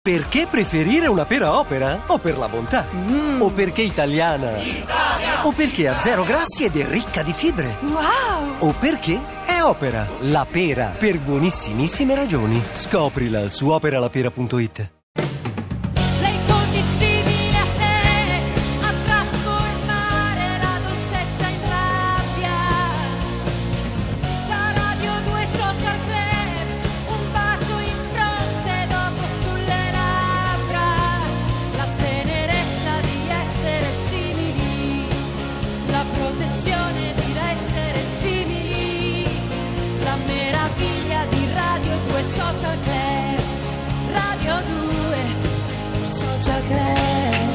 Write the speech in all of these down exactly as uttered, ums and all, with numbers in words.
Perché preferire una pera Opera? O per la bontà? Mm. O perché italiana? Italia! O perché ha zero grassi ed è ricca di fibre? Wow! O perché è Opera, la pera, per buonissimissime ragioni. Scoprila su opera la pera punto it. Lei così simile a te, a trasformare la dolcezza in rabbia. Da Radio due Social Club, un bacio in fronte, dopo sulle labbra. La tenerezza di essere simili, la protezione di essere simili, la meraviglia di Radio due Social Club. Radio due Social Club.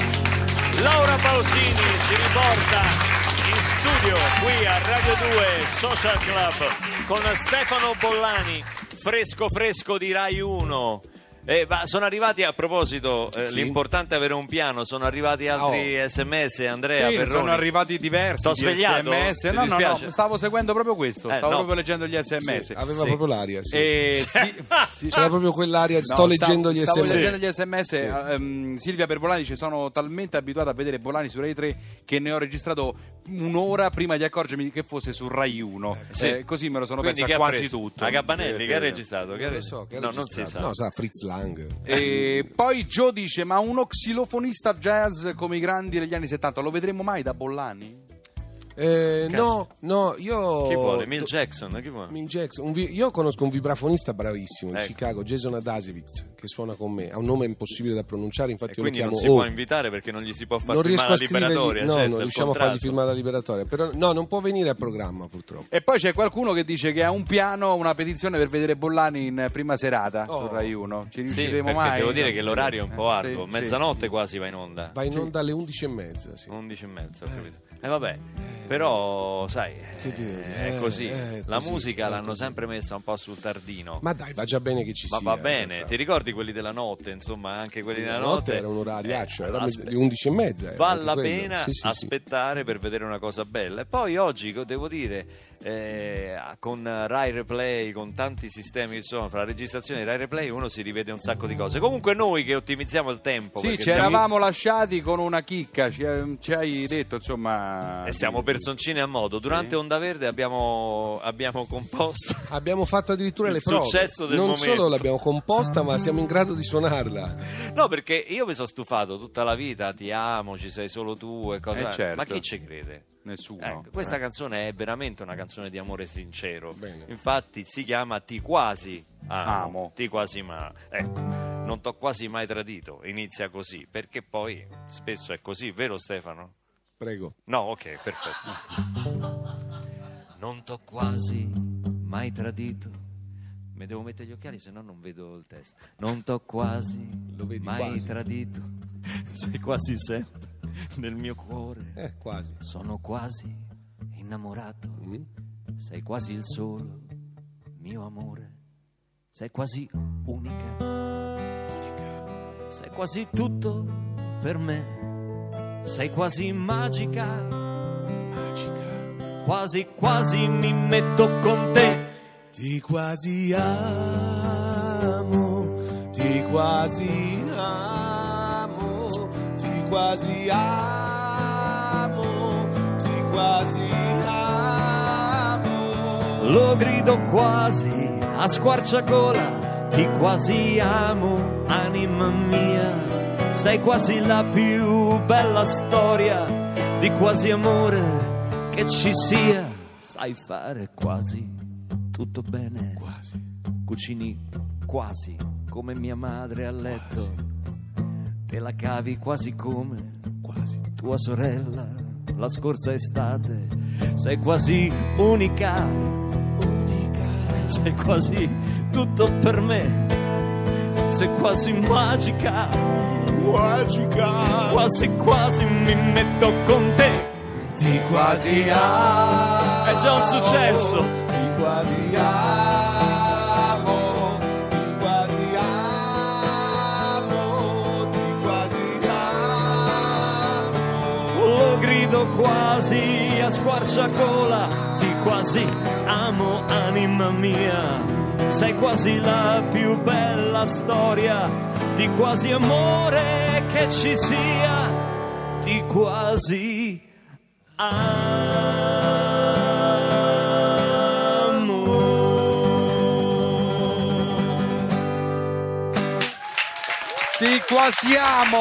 Laura Pausini ci riporta in studio qui a Radio due Social Club con Stefano Bollani, fresco fresco di Rai uno. Eh, ma sono arrivati, a proposito, eh, sì. L'importante è avere un piano. Sono arrivati altri oh. sms, Andrea, sì, Perroni. Sono arrivati diversi. T'ho svegliato? S M S. No, no, no, stavo seguendo proprio questo. Eh, stavo no. proprio leggendo gli sms. Sì, aveva sì. proprio l'aria, sì. E, sì, sì, c'era proprio quell'aria. no, sto stavo, leggendo gli stavo sms. Stavo leggendo gli sms. Sì. Um, Silvia Perbolani dice: sono talmente abituata a vedere Bolani su Rai tre che ne ho registrato un'ora prima di accorgermi che fosse su Rai uno. Eh, sì. eh, così me lo sono Quindi persa quasi preso? tutto. A Gabanelli eh, che ha registrato? Che non ha lo so, che ha no, registrato. non si sa. No, sa Fritz Lang. E poi Joe dice: ma uno xilofonista jazz come i grandi degli anni settanta lo vedremo mai da Bollani? Eh, no, no, io... Chi vuole? Mill Jackson? Chi vuole? Mill Jackson. Un vi... Io conosco un vibrafonista bravissimo di ecco. Chicago, Jason Adasiewicz, che suona con me. Ha un nome impossibile da pronunciare, infatti e io lo quindi chiamo non si O. può invitare perché non gli si può far non firmare riesco la a liberatoria. No, certo, non riusciamo a fargli firmare la liberatoria. Però no, non può venire al programma, purtroppo. E poi c'è qualcuno che dice che ha un piano, una petizione per vedere Bollani in prima serata oh. su Rai uno. Ci sì, riusciremo perché mai? devo dire che l'orario è un po' Eh, arduo. sì, Mezzanotte sì. quasi va in onda. Va in onda alle undici e mezza, sì. undici e mezza, ho capito. E eh, vabbè, però sai, dire, è eh, così. eh, La così, musica eh, l'hanno così. sempre messa un po' sul tardino. Ma dai, va già bene che ci Ma sia. va bene, ti ricordi quelli della notte? Insomma, anche quelli della La notte. notte era un orario, eh, era aspe- le undici e mezza. era Vale la anche quello. pena sì, sì, aspettare sì. per vedere una cosa bella. E poi oggi, devo dire, eh, con Rai Replay, con tanti sistemi che sono, fra la registrazione di Rai Replay uno si rivede un sacco di cose. Comunque noi che ottimizziamo il tempo. Sì, ci siamo... eravamo lasciati con una chicca, ci, ci hai detto, insomma... E siamo personcine a modo. Durante sì. Onda Verde abbiamo, abbiamo composto... Abbiamo fatto addirittura il le prove. successo del non momento. solo l'abbiamo composta, ma siamo in grado di suonarla. No, perché io mi sono stufato tutta la vita, ti amo, ci sei solo tu e cose. Eh, certo. Ma chi ci crede? Nessuno. Ecco, questa eh. canzone è veramente una canzone di amore sincero. Bene. Infatti si chiama Ti quasi amo, Amo. Ti quasi ma. Ecco, non t'ho quasi mai tradito. Inizia così, perché poi spesso è così, vero Stefano? Prego. No, ok, perfetto. Non t'ho quasi mai tradito. Mi devo mettere gli occhiali, se no non vedo il testo. Non t'ho quasi Lo vedi mai quasi. tradito. Sei quasi sempre nel mio cuore. Eh, quasi. Sono quasi innamorato. Mm. Sei quasi il solo mio amore. Sei quasi unica. Unica. Sei quasi tutto per me. Sei quasi magica. Magica. Quasi quasi mi metto con te. Ti quasi amo, ti quasi amo, ti quasi amo, ti quasi amo. Lo grido quasi a squarciagola, ti quasi amo, anima mia. Sei quasi la più bella storia di quasi amore che ci sia. Sai fare quasi tutto bene, Quasi. cucini quasi come mia madre a letto, te la cavi quasi come Quasi. tua sorella la scorsa estate. Sei quasi unica, Unica. sei quasi tutto per me, sei quasi magica, Magica. quasi quasi mi metto con te. Ti quasi amo. È già un successo. Ti quasi amo. Ti quasi amo. Ti quasi amo. Lo grido quasi a squarciagola, ti quasi amo, anima mia. Sei quasi la più bella storia di quasi amore che ci sia, di quasi Ti quasi amo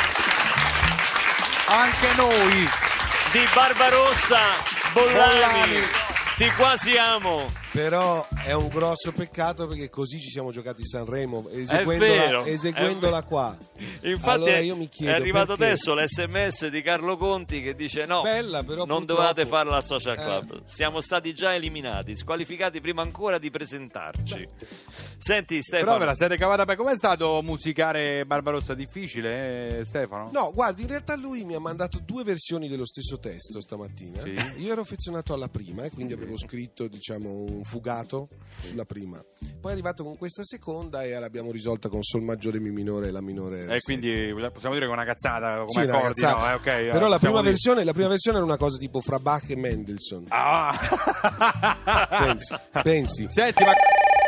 anche noi di Barbarossa Bollani. Bollani. Ti quasi amo. Però è un grosso peccato perché così ci siamo giocati Sanremo vero, eseguendola, è eseguendola qua. Infatti Allora è, io mi chiedo è arrivato perché- adesso l'S M S di Carlo Conti che dice no, Bella, però non purtroppo- dovevate farla al Social Eh. Club, siamo stati già eliminati, squalificati prima ancora di presentarci. Senti Stefano, Però ve la siete cavata bene. Com'è stato musicare Barbarossa? Difficile, eh, Stefano? No, guardi, in realtà lui mi ha mandato due versioni dello stesso testo stamattina. Sì. Io ero affezionato alla prima e quindi avevo scritto, diciamo, un fugato sulla prima. Poi è arrivato con questa seconda e l'abbiamo risolta con sol maggiore, mi minore e la minore. E quindi possiamo dire che è una cazzata come Sì, una accordi, cazzata. no? Eh, ok, eh, Però la possiamo prima, dire- versione, la prima versione era una cosa tipo fra Bach e Mendelssohn. Ah. Pensi? pensi? Senti, ma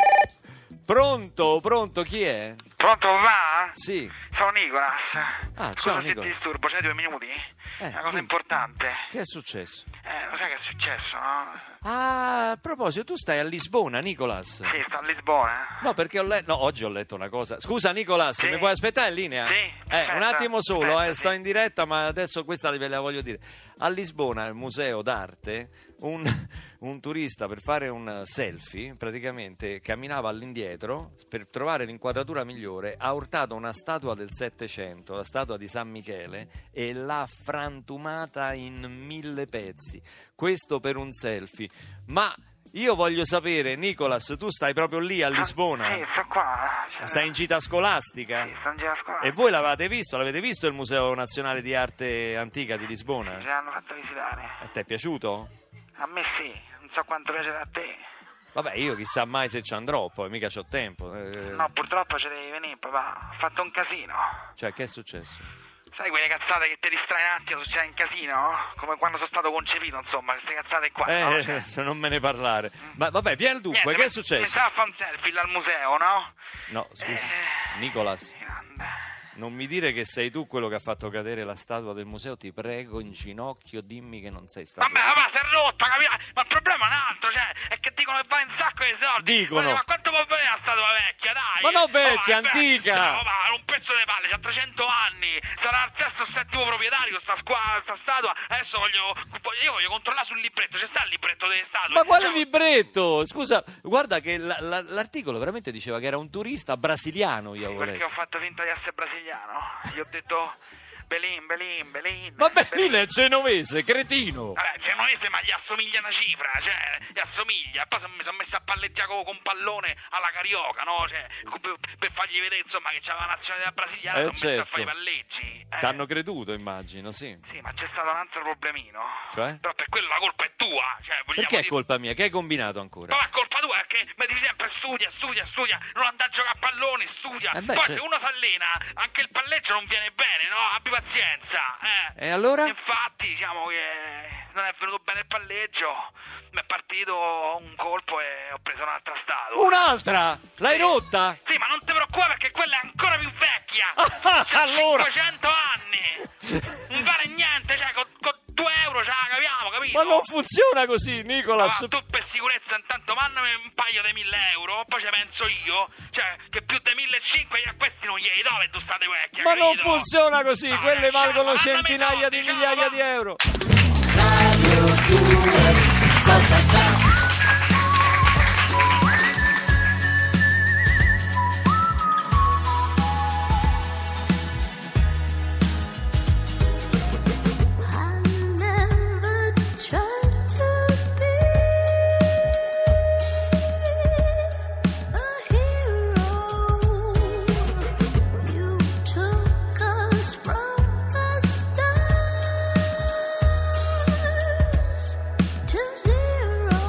pronto, pronto, chi è? Pronto, va? Sì. Sono Nicolas. Ah, ciao, Scusa se Nicolas. ti disturbo, c'hai due minuti? Eh, È una cosa dimmi. importante. Che è successo? Eh, lo sai che è successo, no? Ah, a proposito, tu stai a Lisbona, Nicolas? Sì, sto a Lisbona. No, perché ho letto. No, oggi ho letto una cosa. Scusa, Nicolas, Sì. mi puoi aspettare in linea? Sì, Eh, aspetta, un attimo solo, aspetta, eh, sto sì. in diretta, ma adesso questa ve la voglio dire. A Lisbona, al museo d'arte, un, un turista per fare un selfie, praticamente camminava all'indietro per trovare l'inquadratura migliore, ha urtato una statua del Settecento, la statua di San Michele, e l'ha frantumata in mille pezzi. Questo per un selfie. Ma io voglio sapere, Nicolas, tu stai proprio lì a Lisbona? Ah, sì, sto qua. Cioè, Stai in gita scolastica? Sì, sto in giro a scuola. E voi l'avete visto? L'avete visto il Museo Nazionale di Arte Antica di Ce Lisbona? l'hanno fatto visitare. E ti è piaciuto? A me sì, non so quanto piacerà a te. Vabbè, io chissà mai se ci andrò, poi mica c'ho tempo. Eh, No, purtroppo ci devi venire, papà. Ho fatto un casino. Cioè, che è successo? Sai quelle cazzate che ti distrai un attimo, succede in casino? Come quando sono stato concepito, insomma, queste cazzate qua. no? Eh, Cioè, non me ne parlare. Ma vabbè, vieni al dunque, niente, che è mi- Mi successo? stavo a fare un selfie là al museo, no? No, scusa. Eh, Nicolas, grande. non mi dire che sei tu quello che ha fatto cadere la statua del museo, ti prego, in ginocchio, dimmi che non sei stato. Vabbè, papà, si è rotta, capirai? Ma il problema è un altro, cioè, è che dicono che vale un sacco di soldi. Dicono. Ma, ma quanto può valere la statua vecchia, dai? Ma no, Eh, vecchia, papà, è antica. vecchia. No, papà, un pezzo di palle, c'ha trecento anni. Sarà il sesto o settimo proprietario, sta, squa- sta statua. Adesso voglio, io voglio controllare sul libretto. C'è sta il libretto delle statue? Ma quale Cioè, libretto? Scusa, guarda che la- la- l'articolo veramente diceva che era un turista brasiliano, io avevo Perché letto. ho fatto finta di essere brasiliano. Gli ho detto Belin, Belin, Belin. Ma Belin è genovese, cretino. Vabbè, genovese, ma gli assomiglia una cifra, cioè, gli assomiglia. E poi son- mi sono messo a palleggiare co- con pallone alla carioca, no? Cioè, per, per fargli vedere, insomma, che c'aveva la nazionalità brasiliana, Eh, mi sono messo a certo. fare i palleggi. Eh. T'hanno creduto, immagino, sì. Sì, ma c'è stato un altro problemino. Cioè? Però per quello la colpa è tua, cioè, vogliamo Perché è dire- colpa mia? Che hai combinato ancora? Ma è colpa tua, perché mi dici sempre studia, studia, studia, non andare a giocare a palloni, studia. Eh beh, Poi cioè- se uno si allena, anche il palleggio non viene bene, no? Abbi pazienza, eh. E allora? Infatti, diciamo che non è venuto bene il palleggio, mi è partito un colpo e ho preso un'altra statua. Un'altra? L'hai rotta? Sì, ma non ti preoccupare perché quella è ancora più vecchia. Ah, C'ha allora. cinquecento anni. Non vale niente, cioè con, con due euro ce la capiamo, capito? Ma non funziona così, Ah, Nicolas. tu per sicurezza intanto mandami un paio di mille euro, poi ci penso io, cioè che più di millecinquecento io a questi non glieli do le bustate vecchie. Ma non capito? funziona così, No, quelle lasciamo, valgono mandami i centinaia soldi, di ciao, migliaia va. di euro. I never tried to be a hero. You took us from the stars to zero.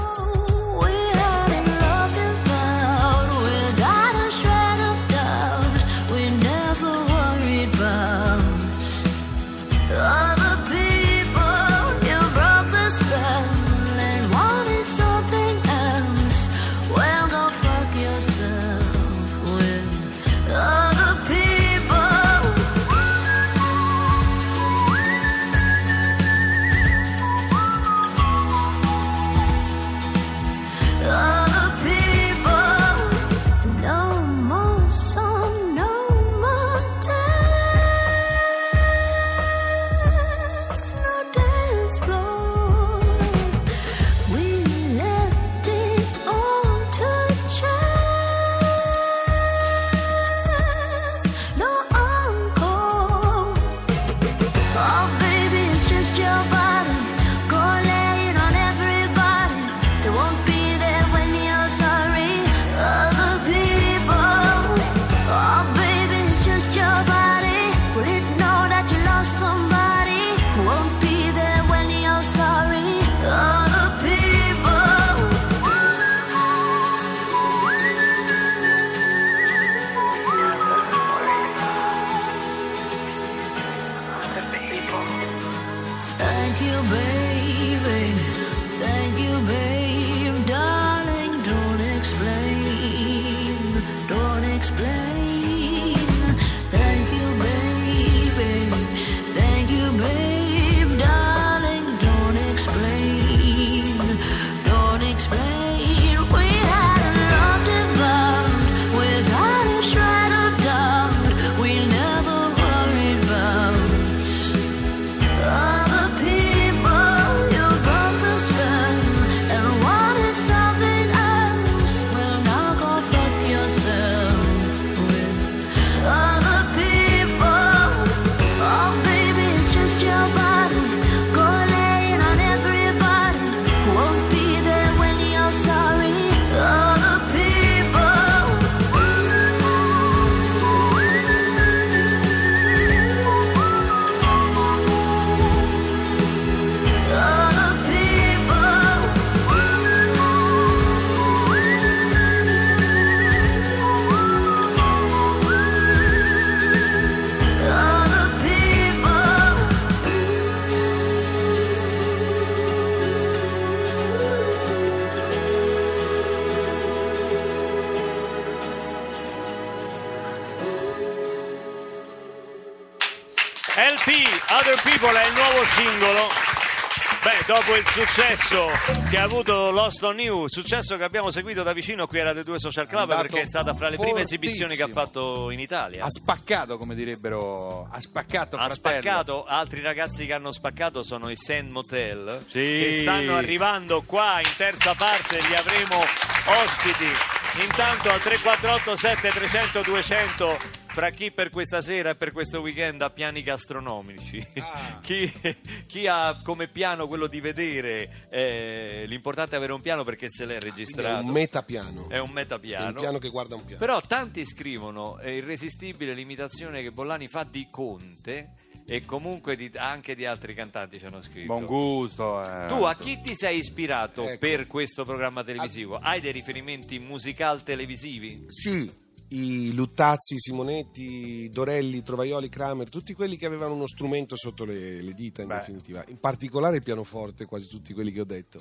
L P, Other People è il nuovo singolo. Beh, dopo il successo che ha avuto Lost on You, successo che abbiamo seguito da vicino qui a Radio due Social Club, Andato perché è stata fra le prime esibizioni che ha fortissimo. fatto in Italia. Ha spaccato, come direbbero, ha spaccato Ha fratello. spaccato, altri ragazzi che hanno spaccato sono i Sand Motel, Sì. che stanno arrivando qua in terza parte, li avremo ospiti. Intanto al tre quattro otto sette trecento duecento, fra chi per questa sera e per questo weekend ha piani gastronomici, Ah. chi, chi ha come piano quello di vedere, eh, l'importante è avere un piano perché se l'è Quindi è registrato, un metapiano. è un È metapiano. un piano che guarda un piano. Però tanti scrivono: è irresistibile l'imitazione che Bollani fa di Conte, e comunque di- anche di altri cantanti ci hanno scritto. Buon gusto. eh. Tu a chi ti sei ispirato Ecco. per questo programma televisivo? Hai dei riferimenti musical televisivi? Sì, i Luttazzi, Simonetti, Dorelli, Trovaioli, Kramer, tutti quelli che avevano uno strumento sotto le, le dita, in Beh. definitiva. In particolare il pianoforte, quasi tutti quelli che ho detto.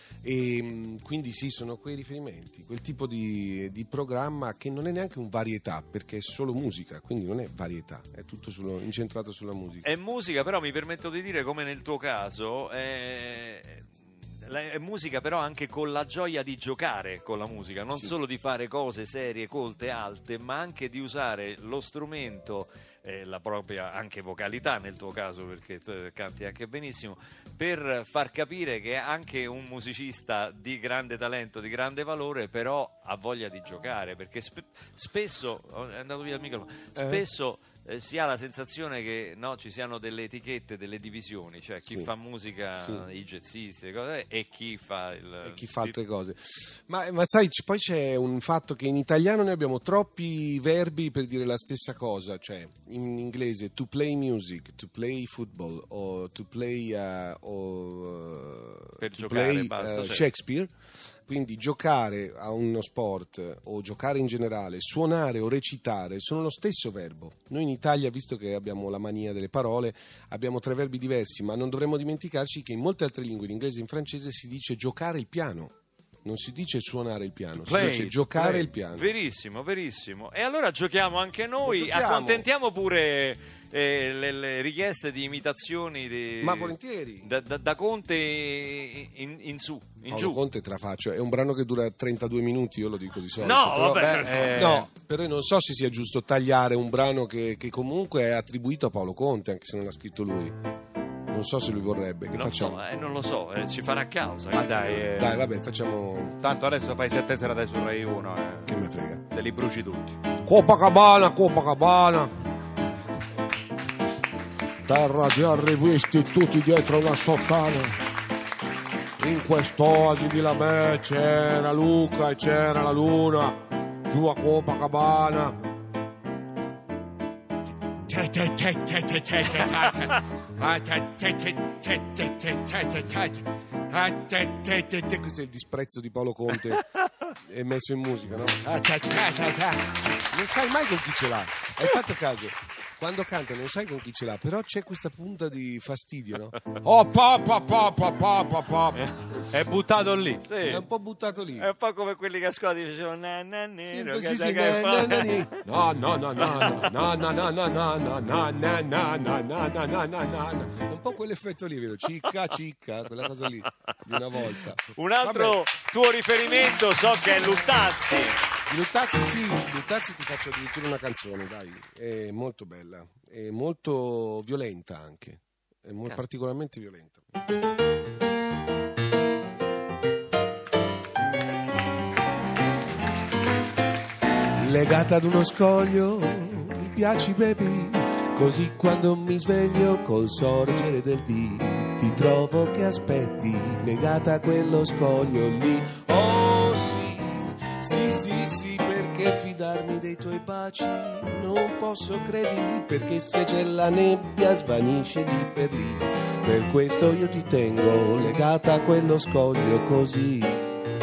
E mh, quindi sì, sono quei riferimenti, quel tipo di, di programma che non è neanche un varietà, perché è solo musica, quindi non è varietà, è tutto sullo- incentrato sulla musica. È musica, però mi permetto di dire, come nel tuo caso, è, la- è musica però anche con la gioia di giocare con la musica, non Sì. solo di fare cose serie, colte, alte, ma anche di usare lo strumento, eh, la propria anche vocalità nel tuo caso, perché tu canti anche benissimo, per far capire che anche un musicista di grande talento, di grande valore, però ha voglia di giocare, perché spe- spesso, oh, è andato via il microfono, spesso eh, si ha la sensazione che no, ci siano delle etichette, delle divisioni, cioè chi Sì. fa musica, Sì. i jazzisti le cose, e chi fa il... E chi fa altre cose. Ma, ma sai, c- poi c'è un fatto che in italiano noi abbiamo troppi verbi per dire la stessa cosa, cioè in inglese to play music, to play football, o to play uh, o, uh, Per to giocare, play, basta, uh, certo. Shakespeare. Quindi giocare a uno sport o giocare in generale, suonare o recitare sono lo stesso verbo. Noi in Italia, visto che abbiamo la mania delle parole, abbiamo tre verbi diversi, ma non dovremmo dimenticarci che in molte altre lingue, in inglese e in francese, si dice giocare il piano. Non si dice suonare il piano, si Play, dice giocare play. il piano. Verissimo, verissimo. E allora giochiamo anche noi, Giochiamo. accontentiamo pure eh, le, le richieste di imitazioni di- Ma volentieri. da, da- da Conte in, in su, in Paolo giù. Conte te la faccio, è un brano che dura trentadue minuti, io lo dico di solito. No, però- vabbè, Beh, eh, No, però non so se sia giusto tagliare un brano che, che comunque è attribuito a Paolo Conte, anche se non l'ha scritto lui. Non so se lui vorrebbe, che non, facciamo? so, eh, non lo so, eh, ci farà causa. Ma dai, eh, Dai, vabbè, facciamo... tanto adesso fai sette serate su Rai uno, eh. Che me frega. Te li bruci tutti. Copacabana, Copacabana. Terra di arrivisti tutti dietro una sottana. In quest'oasi di Labè c'era Luca e c'era la luna. Giù a Copacabana. Questo è il disprezzo di Paolo Conte è messo in musica, no? Non sai mai con chi ce l'ha. Hai fatto caso? Quando canta non sai con chi ce l'ha, però c'è questa punta di fastidio, no? Oh, pa, pa, pa, pa, pa, pa, pa. È buttato lì. Sì. È un po' buttato lì. È un po' come quelli che a scuola dicevano na, na, Sì, nero, così che si- da- na- che na- fa- na- No, no, no, no, no, no, no, no, no, no, no, no, na, na, na, na, na, na, na, na. È un po' quell'effetto lì, vero? Cicca, cicca, quella cosa lì di una volta. Un altro Vabbè, tuo riferimento so che è Luttazzi. di Luttazzi sì, di Luttazzi ti faccio addirittura una canzone, dai. È molto bella, è molto violenta anche, è molto Caspita. particolarmente violenta. Legata ad uno scoglio, mi piaci baby, così quando mi sveglio col sorgere del dì, ti trovo che aspetti, legata a quello scoglio lì. Oh sì, sì sì sì, perché fidarmi dei tuoi baci, non posso credi, perché se c'è la nebbia svanisce lì per lì, per questo io ti tengo, legata a quello scoglio così.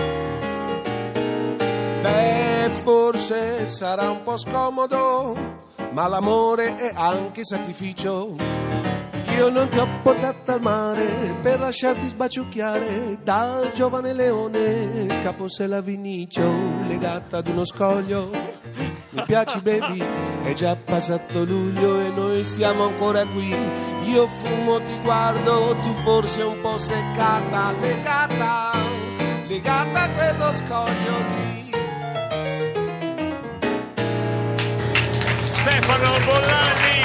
Beh, forse sarà un po' scomodo, ma l'amore è anche sacrificio. Io non ti ho portata al mare per lasciarti sbaciucchiare dal giovane leone Caposella Vinicio, legata ad uno scoglio. mi piaci baby, è già passato luglio e noi siamo ancora qui. Io fumo, ti guardo, tu forse un po' seccata, legata, legata a quello scoglio lì. Stefano Bollani.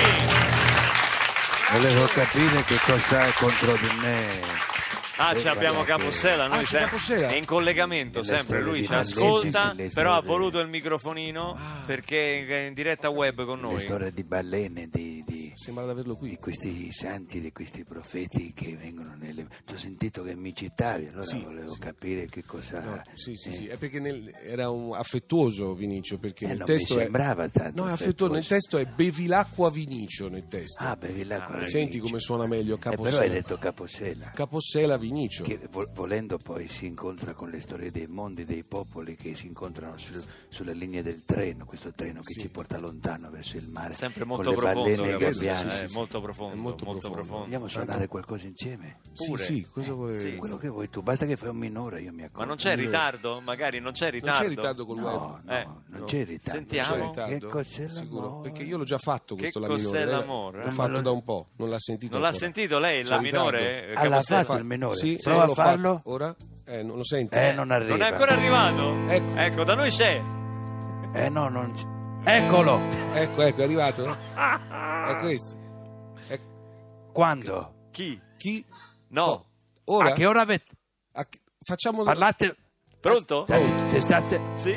Volevo capire che cosa hai contro di me. Ah, ci abbiamo Capossela, noi Ah, c'è sempre Capossela? è in collegamento, Le sempre storie lui di ci Balletti, ascolta, sì, le però ha storie. voluto il microfonino perché è in diretta web con Le noi. storie di balene, di, di, Sembra di averlo qui. di questi santi, di questi profeti che vengono nelle... Ti ho sentito che mi citavi, allora Sì, volevo sì. capire che cosa... No, sì, sì, eh, sì, è perché nel- era un affettuoso Vinicio, perché eh, nel non testo mi è... sembrava tanto No, è affettuoso, nel affettuoso. testo è bevi l'acqua Vinicio nel testo. Ah, bevi l'acqua Ah, di Senti Vinicio. come suona meglio Eh, però Capossela. hai detto Capossela. Capossela Vinicio. Che vo- volendo poi si incontra con le storie dei mondi, dei popoli che si incontrano su- sulla linea del treno, questo treno che Sì. ci porta lontano verso il mare. Sempre con molto le profondo, balene e i Capossela, gabbiani. eh, sì, sì. molto profondo, È molto molto profondo. profondo. Vogliamo suonare qualcosa insieme? Pure. Sì, sì, cosa volevi? Quello che vuoi tu, basta che fai un minore, io mi accorgo. Ma non c'è ritardo? Magari non c'è Non ritardo? c'è ritardo col web? No, no, Eh. non No. c'è ritardo. Sentiamo. Non c'è ritardo? Che cos'è Sicuro? l'amore? Perché io l'ho già fatto Che questo la cos'è minore. Lei- l'amore? L'ho Eh, fatto ma lo- da un po', non l'ha sentito Non l'ha ancora. sentito lei, C'è la ritardo. minore? eh, Ah, l'ha Capossela? fatto il minore? Sì, Prova l'ho a farlo. fatto. Ora? Eh, non lo senti? Eh, non arriva. Non è ancora arrivato? Ecco. Ecco, da noi c'è. Eh no, non c'è. Eccolo! Ecco, ecco, è arrivato. È questo. È- Quando? Chi? Chi? No. Oh, ora? A che ora avete A chi- Facciamo... parlate? Pronto? Se state Sì?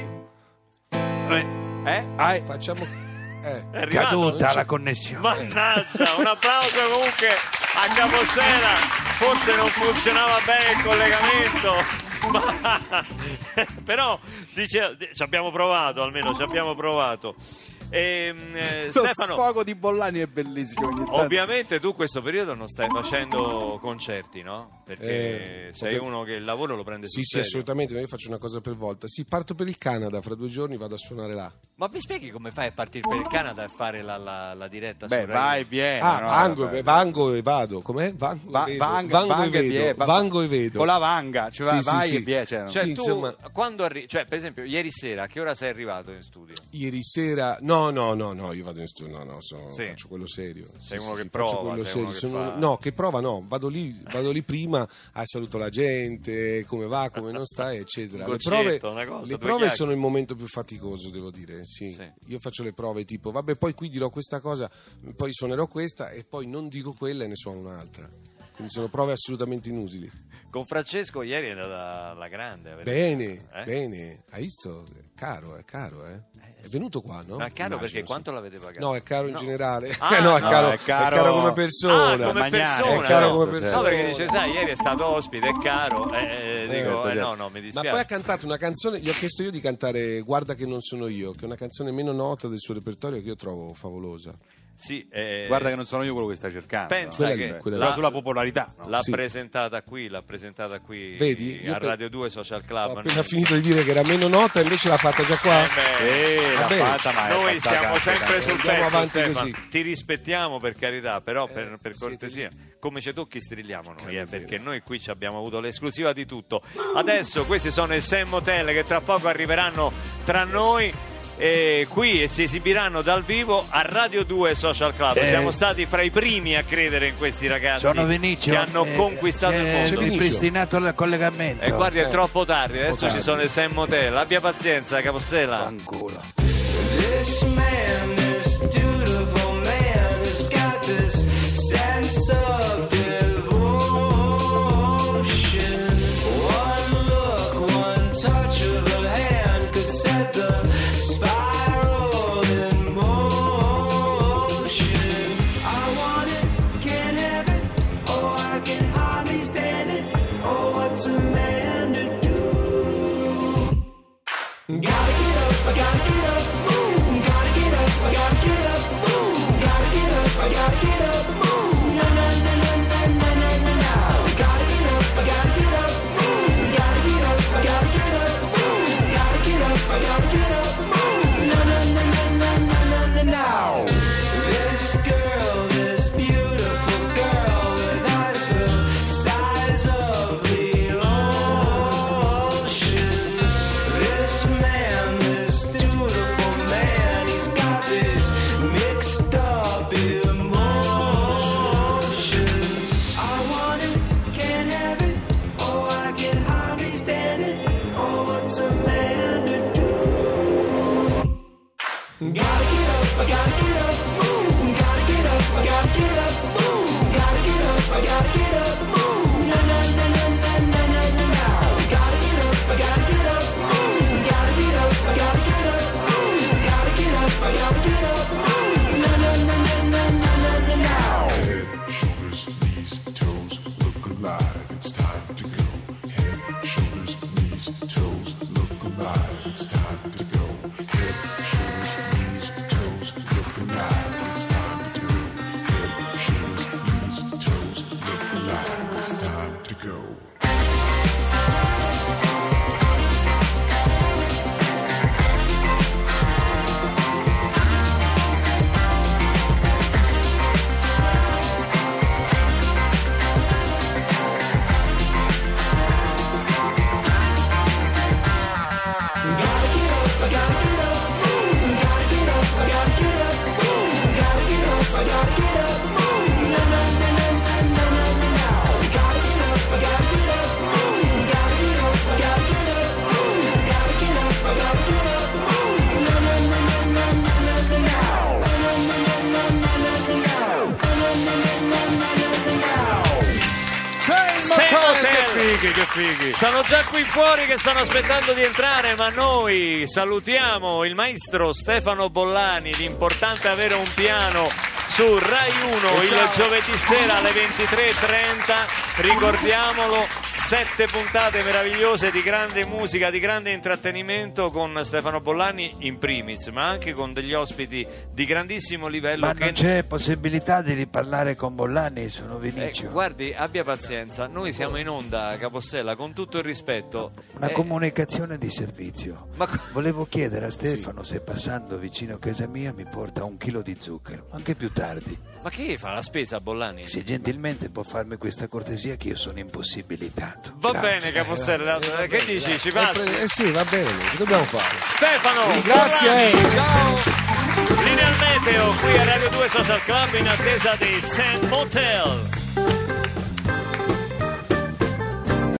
eh, Eh? hai Facciamo... Eh. È arrivato? caduta c'è- la connessione. Mannaggia, un applauso comunque a Capossela. Forse non funzionava bene il collegamento. Ma... Però dice, ci abbiamo provato, almeno ci abbiamo provato. E, eh, Lo Stefano, sfogo di Bollani è bellissimo ogni tanto. ovviamente tu questo periodo non stai facendo concerti, no? Perché Eh, sei potrei- uno che il lavoro lo prende Sì, sul sì, serio. assolutamente, ma io faccio una cosa per volta. Sì, parto per il Canada, fra due giorni vado a suonare là. Ma mi spieghi come fai a partire per il Canada e fare la, la- la diretta Beh, su Rai vai, uno? vieni. Ah, no, vango, vabbè. vango e vado. Com'è? Vango, Va- e vedo. vanga, vango vanga e e vie- vedo. va- Vango e vedo. Con la vanga, cioè Sì, vai, sì, vai sì. e via. Cioè, no. Cioè Sì, tu, insomma- quando arri- cioè per esempio ieri sera a che ora sei arrivato in studio? Ieri sera, no, no, no, no, io vado in studio, no, no, sono- Sì. faccio quello serio. Sei Sì, uno sì, che sì, faccio prova, quello sei serio. uno che Sono- fa- No, che prova, no, vado lì, vado lì prima, ah, saluto la gente, come va, come non sta, eccetera. Un Le goccetto, prove, una cosa, le due prove chiacchiere. sono il momento più faticoso, devo dire, sì. Sì. Io faccio le prove tipo, vabbè, poi qui dirò questa cosa, poi suonerò questa e poi non dico quella e ne suono un'altra. Quindi sono prove assolutamente inutili. Con Francesco ieri è andata alla grande. avete- Bene, Eh? bene, hai visto? Caro, è caro, eh? È venuto qua, no? Ma è caro Immagino, perché sì. quanto l'avete pagato? No, è caro in No. generale. Ah, no, è no, caro, è caro- è caro come persona. Ah, come Magnani, persona, è caro no? come persona. No, perché dice, sai, ieri è stato ospite, è caro. Eh, eh, dico, eh, no, no, mi Ma dispiace. poi ha cantato una canzone, gli ho chiesto io di cantare Guarda che non sono io, che è una canzone meno nota del suo repertorio che io trovo favolosa. Sì, eh, Guarda che non sono io quello che stai cercando. pensa no? Quella che lì, quella Però l'ha, sulla popolarità. no? l'ha Sì. presentata qui, l'ha presentata qui Vedi? Io a per- Radio due Social Club. Ho appena finito di dire che era meno nota, invece l'ha fatta già qua. Eh beh, Eh, l'ha Vabbè, fatta, ma è noi passata siamo anche sempre da- sul Andiamo pezzo, avanti Stefano. così. Ti rispettiamo per carità, però per, Eh, per siete cortesia, lì. come ci tocchi strilliamo noi, eh, miseria. perché noi qui ci abbiamo avuto l'esclusiva di tutto. Adesso questi sono i Sam Motel che tra poco arriveranno tra noi. E qui si esibiranno dal vivo a Radio due Social Club. Eh. Siamo stati fra i primi a credere in questi ragazzi Sono Vinicio che hanno eh, conquistato si il è mondo. C'è Vinicio. ripristinato il collegamento. E guardi, è Eh. troppo tardi. Adesso tardi. ci sono i Sam Motel. Abbia pazienza, Capossela. Ancora. This man, this beautiful man, has got this sense of devotion. One look, one touch of her hand could set the spiral in motion. I want it, can't have it, oh, I can hardly stand it. Oh, what's a man to do? Gotta get up, I gotta get up, ooh. Gotta get up, I gotta get up, ooh. Gotta get up, I gotta get up, ooh. Na na na na na na na na na. Gotta get up, I gotta get up, ooh. Gotta get up, I gotta get up, ooh. Gotta get up, I gotta get up, ooh. Na na na na na na na na na. This girl, this beautiful girl with eyes the size of the oceans. This man, this beautiful man, fighi, che fighi. Sono già qui fuori che stanno aspettando di entrare, ma noi salutiamo il maestro Stefano Bollani. L'importante è avere un piano su Rai uno il giovedì sera alle ventitré e trenta. Ricordiamolo, sette puntate meravigliose di grande musica, di grande intrattenimento con Stefano Bollani in primis, ma anche con degli ospiti di grandissimo livello. Ma che non c'è possibilità di riparlare con Bollani? Sono Vinicio. Eh, guardi, abbia pazienza, noi siamo in onda, Capostella, con tutto il rispetto. Una Eh, comunicazione di servizio. Ma co- Volevo chiedere a Stefano se passando vicino a casa mia mi porta un chilo di zucchero, anche più tardi. Ma che fa la spesa, Bollani? Se gentilmente può farmi questa cortesia, che io sono impossibilitato. Va Grazie. bene, Capostella, eh, che dici? Ci passi? Eh sì, va bene, che dobbiamo fare? Stefano! Grazie, eh, ciao! Linea al meteo qui a Radio due Social Club in attesa dei Sand Motel.